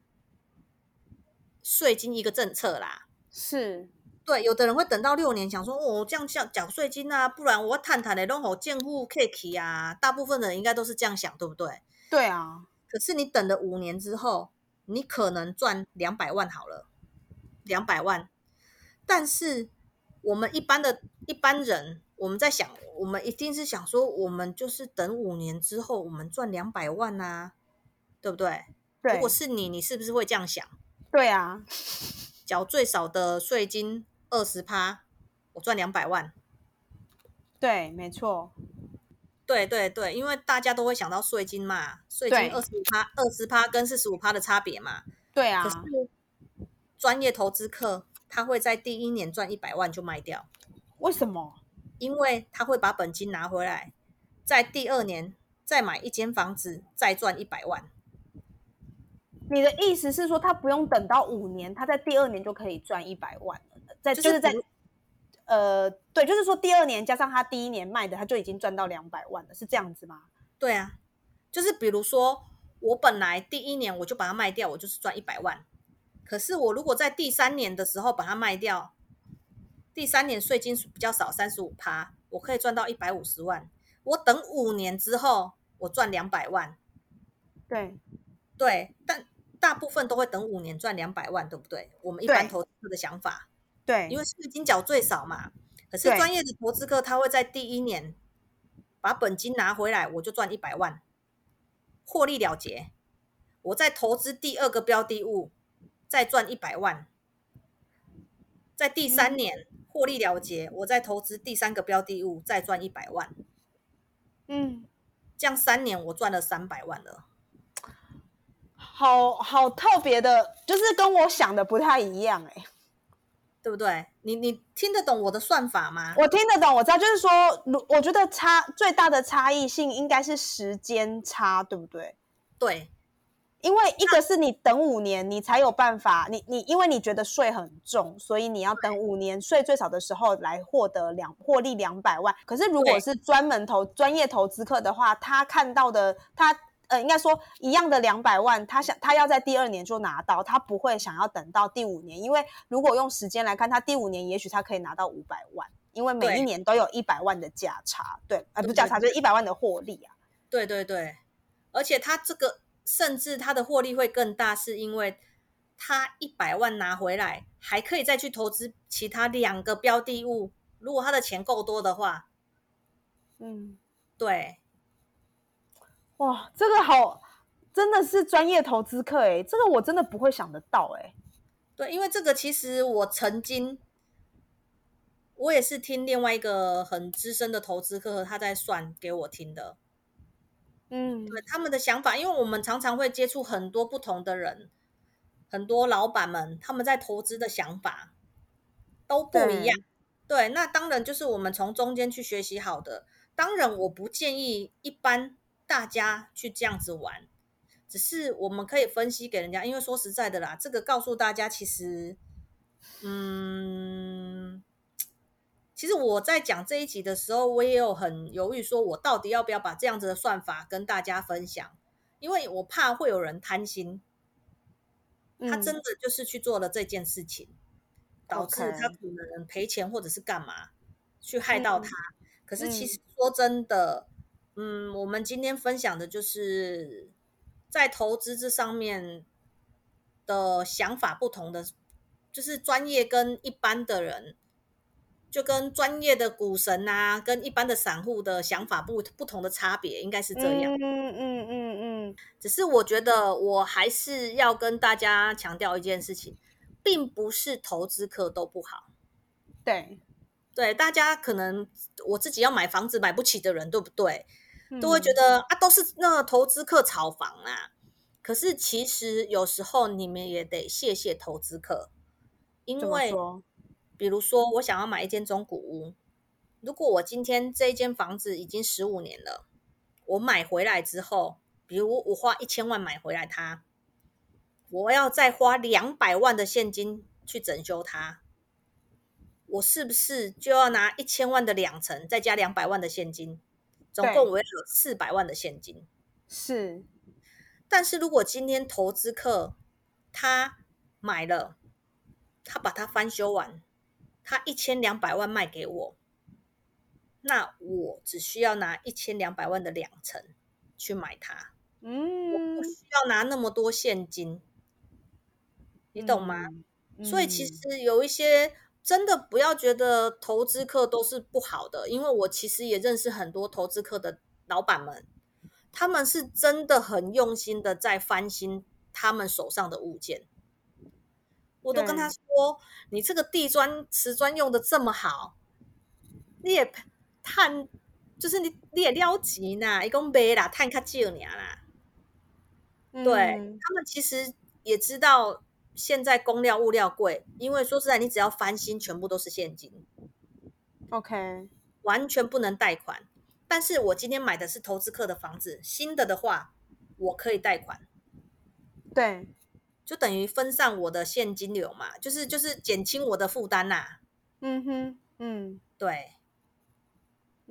税金一个政策啦。 是， 对，有的人会等到六年，想说哦，这样缴缴税金啊，不然我探探的弄好建户 K 啊。大部分的人应该都是这样想，对不对？ 对啊。 可是你等了五年之后。你可能赚两百万好了，两百万，但是我们一般的一般人，我们在想，我们一定是想说，我们就是等五年之后，我们赚两百万啊，对不对？ 对。 如果是你，你是不是会这样想？ 对啊， 缴最少的税金二十趴，我赚两百万。 对，没错。 对对对，因为大家都会想到税金嘛，税金二十五趴、二十趴跟四十五趴的差别嘛。 对啊。 可是专业投资客他会在第一年赚一百万就卖掉， 为什么？ 因为他会把本金拿回来，在第二年再买一间房子，再赚一百万。 你的意思是说，他不用等到五年，他在第二年就可以赚一百万了？在就是在。呃，对，就是说第二年加上他第一年卖的，他就已经赚到两百万了，是这样子吗？ 对啊，就是比如说我本来第一年我就把它卖掉，我就是赚一百万。可是我如果在第三年的时候把它卖掉，第三年税金比较少，三十五趴，我可以赚到一百五十万。我等五年之后，我赚两百万。 对对，但大部分都会等五年赚两百万，对不对？我们一般投资客的想法，因对为税金缴最少嘛。可是对专业的投资客他会在第一年把本金拿回来，我就赚一百万，获利了结。我再投资第二个标的物，再赚一百万。在第三年获利了结，我再投资第三个标的物，再赚一百万。 嗯， 这样三年我赚了三百万了。 好好特别的，就是跟我想的不太一样哎、欸， 对不对？你你听得懂我的算法吗？ 我听得懂，我知道，就是说，我觉得差最大的差异性应该是时间差，对不对？ 对， 因为一个是你等五年，你才有办法，你你因为你觉得税很重，所以你要等五年税最少的时候来获得两获利两百万。可是如果是专门投专业投资客的话，他看到的他。呃，应该说一样的两百万，他想他要在第二年就拿到，他不会想要等到第五年，因为如果用时间来看，他第五年也许他可以拿到五百万，因为每一年都有一百万的价差，对，呃，不是价差，就是一百万的获利啊。 对对对，而且他这个甚至他的获利会更大，是因为他一百万拿回来，还可以再去投资其他两个标的物，如果他的钱够多的话， 嗯， 对。 哇，这个好，真的是专业投资客哎，这个我真的不会想得到哎。 对，因为这个其实我曾经，我也是听另外一个很资深的投资客他在算给我听的。 嗯， 对他们的想法，因为我们常常会接触很多不同的人，很多老板们他们在投资的想法都不一样。对，那当然就是我们从中间去学习好的。当然，我不建议一般大家去这样子玩，只是我们可以分析给人家。因为说实在的啦，这个告诉大家，其实，嗯，其实我在讲这一集的时候，我也有很犹豫，说我到底要不要把这样子的算法跟大家分享，因为我怕会有人贪心，他真的就是去做了这件事情。嗯，导致他可能赔钱或者是干嘛去害到他。嗯，可是其实说真的，嗯，我们今天分享的就是在投资这上面的想法不同的，就是专业跟一般的人，就跟专业的股神啊，跟一般的散户的想法不不同的差别，应该是这样。 嗯嗯嗯嗯。 只是我觉得我还是要跟大家强调一件事情，并不是投资客都不好。 对对，大家可能我自己要买房子买不起的人，对不对？都会觉得、嗯、啊，都是那个投资客炒房啊。可是其实有时候你们也得谢谢投资客，因为比如说我想要买一间中古屋，如果我今天这一间房子已经十五年了，我买回来之后，比如我花一千万买回来它，我要再花两百万的现金去整修它。我是不是就要拿一千万的两成，再加两百万的现金，总共我要有四百万的现金？ 是。 但是如果今天投资客他买了，他把它翻修完，他一千两百万卖给我，那我只需要拿一千两百万的两成去买它，嗯，我不需要拿那么多现金，你懂吗？嗯，所以其实有一些。真的不要觉得投资客都是不好的，因为我其实也认识很多投资客的老板们，他们是真的很用心的在翻新他们手上的物件。我都跟他说，你这个地砖瓷砖用的这么好，你也碳就是你你也了钱啦，一共卖啦，碳较少尔啦。嗯，对，他们其实也知道现在工料物料贵，因为说实在，你只要翻新，全部都是现金 ，OK， 完全不能贷款。但是我今天买的是投资客的房子，新的的话，我可以贷款， 对， 就等于分散我的现金流嘛，就是就是减轻我的负担呐。 嗯哼，嗯， 对，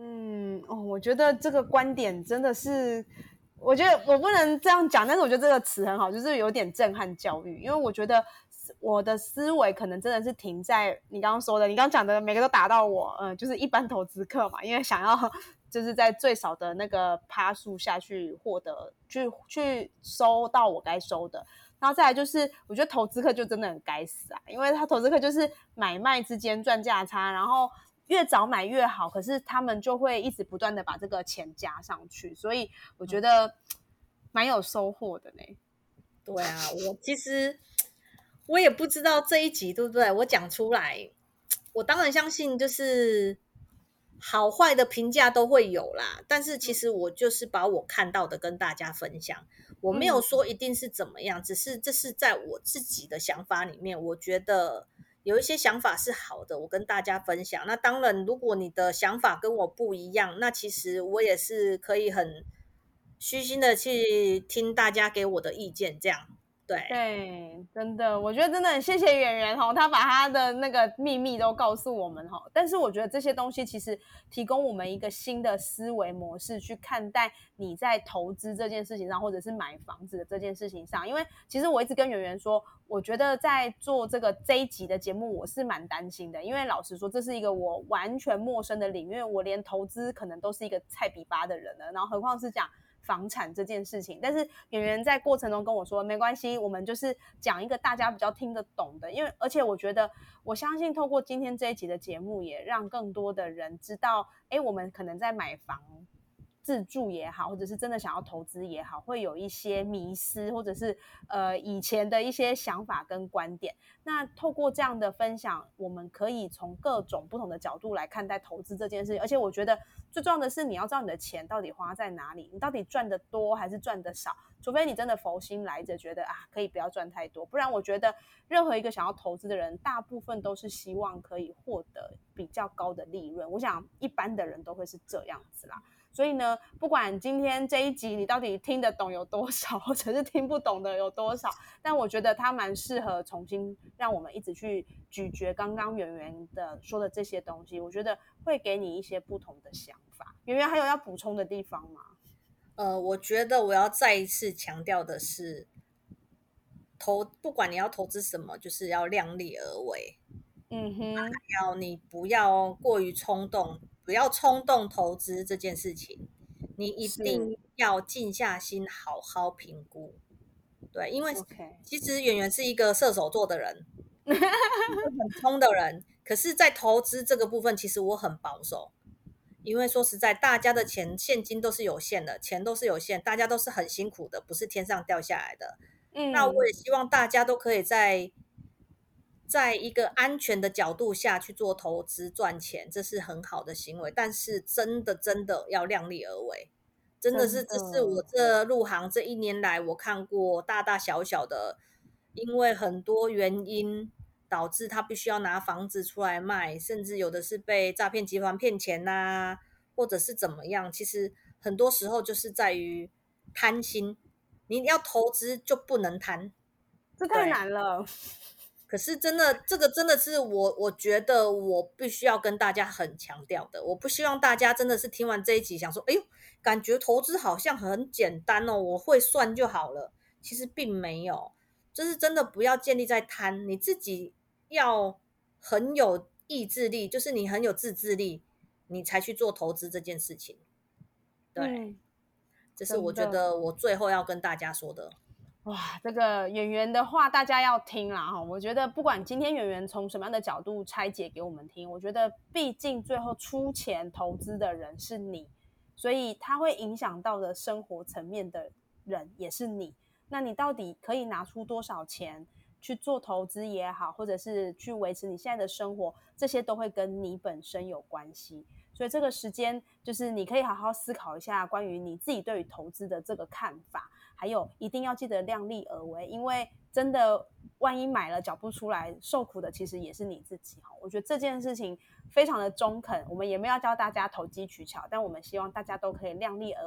嗯，哦，我觉得这个观点真的是，我觉得我不能这样讲，但是我觉得这个词很好，就是有点震撼教育，因为我觉得我的思维可能真的是停在你刚刚说的，你刚刚讲的每个都打到我，嗯、呃，就是一般投资客嘛，因为想要就是在最少的那个趴数下去获得，去去收到我该收的。然后再来就是，我觉得投资客就真的很该死啊，因为他投资客就是买卖之间赚价差，然后越早买越好，可是他们就会一直不断的把这个钱加上去，所以我觉得蛮有收获的呢。 对啊，我其实我也不知道这一集对不对，我讲出来，我当然相信就是好坏的评价都会有啦，但是其实我就是把我看到的跟大家分享，我没有说一定是怎么样，只是这是在我自己的想法里面，我觉得有一些想法是好的，我跟大家分享。那当然，如果你的想法跟我不一样，那其实我也是可以很虚心的去听大家给我的意见，这样。对对，真的，我觉得真的很谢谢圆圆哈，他把他的那个秘密都告诉我们哈。但是我觉得这些东西其实提供我们一个新的思维模式去看待你在投资这件事情上，或者是买房子的这件事情上。因为其实我一直跟圆圆说，我觉得在做这个这一集的节目，我是蛮担心的，因为老实说，这是一个我完全陌生的领域，我连投资可能都是一个菜比巴的人了，然后何况是讲房产这件事情。但是圆圆在过程中跟我说没关系，我们就是讲一个大家比较听得懂的，因为而且我觉得我相信透过今天这一集的节目，也让更多的人知道，诶，我们可能在买房自住也好，或者是真的想要投资也好，会有一些迷思，或者是呃以前的一些想法跟观点。那透过这样的分享，我们可以从各种不同的角度来看待投资这件事情。而且我觉得最重要的是，你要知道你的钱到底花在哪里，你到底赚得多还是赚得少。除非你真的佛心来着，觉得啊可以不要赚太多，不然我觉得任何一个想要投资的人，大部分都是希望可以获得比较高的利润。我想一般的人都会是这样子啦。所以呢，不管今天这一集你到底听得懂有多少，或者是听不懂的有多少，但我觉得它蛮适合重新让我们一直去咀嚼刚刚圆圆的说的这些东西，我觉得会给你一些不同的想法。圆圆还有要补充的地方吗？ 呃，我觉得我要再一次强调的是，投不管你要投资什么，就是要量力而为。 嗯哼， 要你不要过于冲动，不要冲动投资这件事情，你一定要静下心好好评估。对，因为 OK 其实圆圆是一个射手座的人，很冲的人，可是，在投资这个部分，其实我很保守。因为说实在，大家的钱现金都是有限的，钱都是有限，大家都是很辛苦的，不是天上掉下来的。 嗯， 那我也希望大家都可以在在一个安全的角度下去做投资赚钱，这是很好的行为。但是真的真的要量力而为，真的是这是我这入行这一年来我看过大大小小的，因为很多原因导致他必须要拿房子出来卖，甚至有的是被诈骗集团骗钱呐、啊，或者是怎么样。其实很多时候就是在于贪心，你要投资就不能贪， 这太难了。 可是真的，这个真的是我，我觉得我必须要跟大家很强调的。我不希望大家真的是听完这一集想说，哎呦，感觉投资好像很简单哦，我会算就好了。其实并没有，就是真的不要建立在贪，你自己要很有意志力，就是你很有自制力，你才去做投资这件事情。对， 嗯， 这是我觉得我最后要跟大家说的。 哇，这个圆圆的话大家要听啦哈！我觉得不管今天圆圆从什么样的角度拆解给我们听，我觉得毕竟最后出钱投资的人是你，所以它会影响到的生活层面的人也是你。那你到底可以拿出多少钱去做投资也好，或者是去维持你现在的生活，这些都会跟你本身有关系。所以这个时间就是你可以好好思考一下关于你自己对于投资的这个看法，还有一定要记得量力而为，因为真的万一买了缴不出来，受苦的其实也是你自己。我觉得这件事情非常的中肯，我们也没有要教大家投机取巧，但我们希望大家都可以量力而为，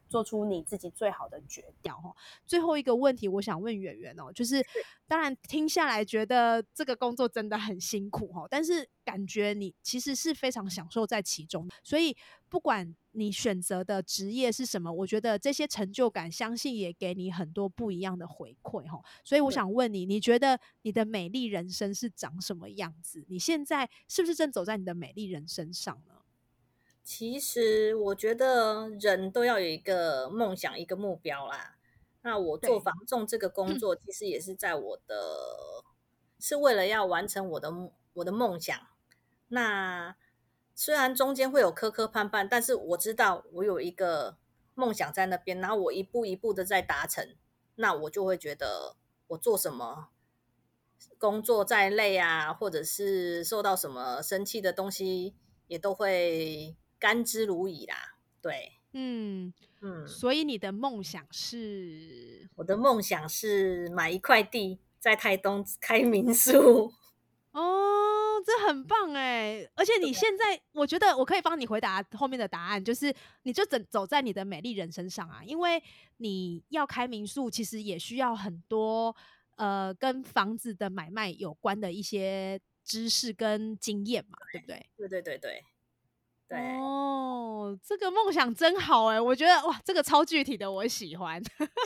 做出你自己最好的决定。 最后一个问题我想问圆圆哦，就是当然听下来觉得这个工作真的很辛苦哦，但是感觉你其实是非常享受在其中，所以不管你选择的职业是什么，我觉得这些成就感相信也给你很多不一样的回馈哦。所以我想问你，你觉得你的美丽人生是长什么样子？你现在是不是正走在你的美丽人生上呢？ 其实我觉得人都要有一个梦想，一个目标啦。那我做房仲这个工作，其实也是在我的，是为了要完成我的我的梦想。那虽然中间会有磕磕绊绊，但是我知道我有一个梦想在那边，然后我一步一步的在达成，那我就会觉得我做什么工作再累啊，或者是受到什么生气的东西，也都会甘之如饴啦。对， 嗯嗯，所以你的梦想是？ 我的梦想是买一块地，在台东开民宿。 哦，这很棒哎！而且你现在，我觉得我可以帮你回答后面的答案，就是你就走走在你的美丽人生上啊，因为你要开民宿，其实也需要很多呃跟房子的买卖有关的一些知识跟经验嘛，对不对？ 对对对对对。 哦，这个梦想真好哎！我觉得哇，这个超具体的，我喜欢。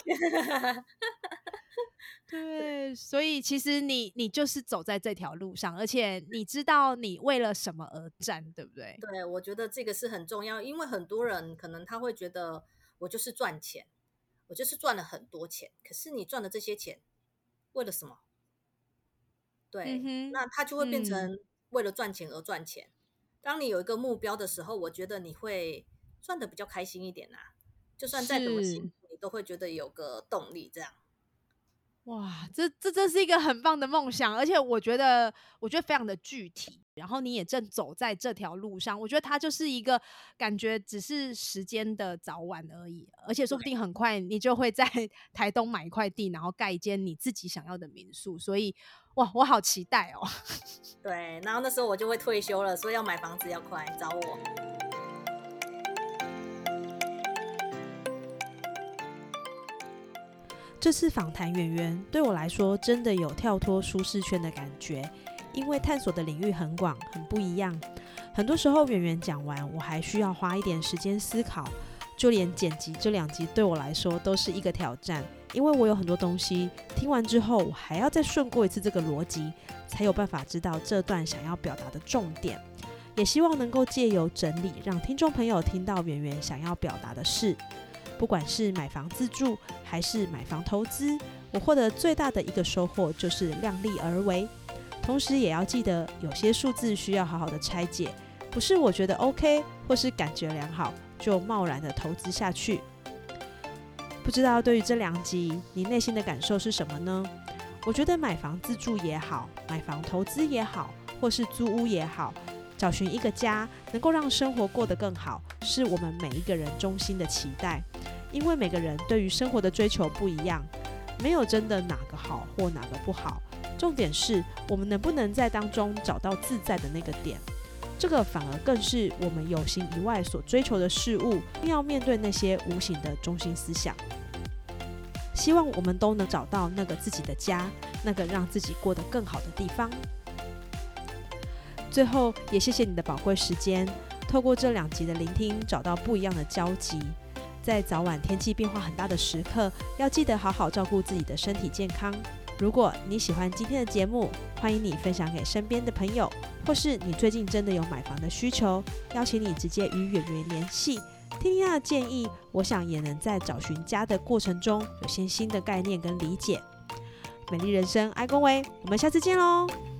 对，所以其实你你就是走在这条路上，而且你知道你为了什么而战，对不对？ 对，我觉得这个是很重要，因为很多人可能他会觉得我就是赚钱，我就是赚了很多钱，可是你赚的这些钱为了什么？对，嗯、那他就会变成为了赚钱而赚钱。嗯、当你有一个目标的时候，我觉得你会赚的比较开心一点啊，就算再怎么辛苦，你都会觉得有个动力这样。 哇，这这真是一个很棒的梦想，而且我觉得我觉得非常的具体，然后你也正走在这条路上，我觉得它就是一个感觉只是时间的早晚而已，而且说不定很快你就会在台东买一块地，然后盖一间你自己想要的民宿，所以哇，我好期待哦。 对，然后那时候我就会退休了，所以要买房子要快，找我。 这次访谈圆圆对我来说真的有跳脱舒适圈的感觉，因为探索的领域很广很不一样，很多时候圆圆讲完我还需要花一点时间思考，就连剪辑这两集对我来说都是一个挑战，因为我有很多东西听完之后我还要再顺过一次这个逻辑，才有办法知道这段想要表达的重点，也希望能够借由整理让听众朋友听到圆圆想要表达的事。不管是买房自住还是买房投资，我获得最大的一个收获就是量力而为，同时也要记得有些数字需要好好的拆解，不是我觉得 OK 或是感觉良好就贸然的投资下去。不知道对于这两集你内心的感受是什么呢？我觉得买房自住也好，买房投资也好，或是租屋也好，找寻一个家能够让生活过得更好，是我们每一个人衷心的期待。因为每个人对于生活的追求不一样，没有真的哪个好或哪个不好，重点是我们能不能在当中找到自在的那个点，这个反而更是我们有形以外所追求的事物，要面对那些无形的中心思想。希望我们都能找到那个自己的家，那个让自己过得更好的地方。最后也谢谢你的宝贵时间，透过这两集的聆听，找到不一样的交集。在早晚天气变化很大的时刻，要记得好好照顾自己的身体健康。如果你喜欢今天的节目，欢迎你分享给身边的朋友，或是你最近真的有买房的需求，邀请你直接与圆圆联系，听听他的建议，我想也能在找寻家的过程中有些新的概念跟理解。美丽人生，爱恭维，我们下次见喽。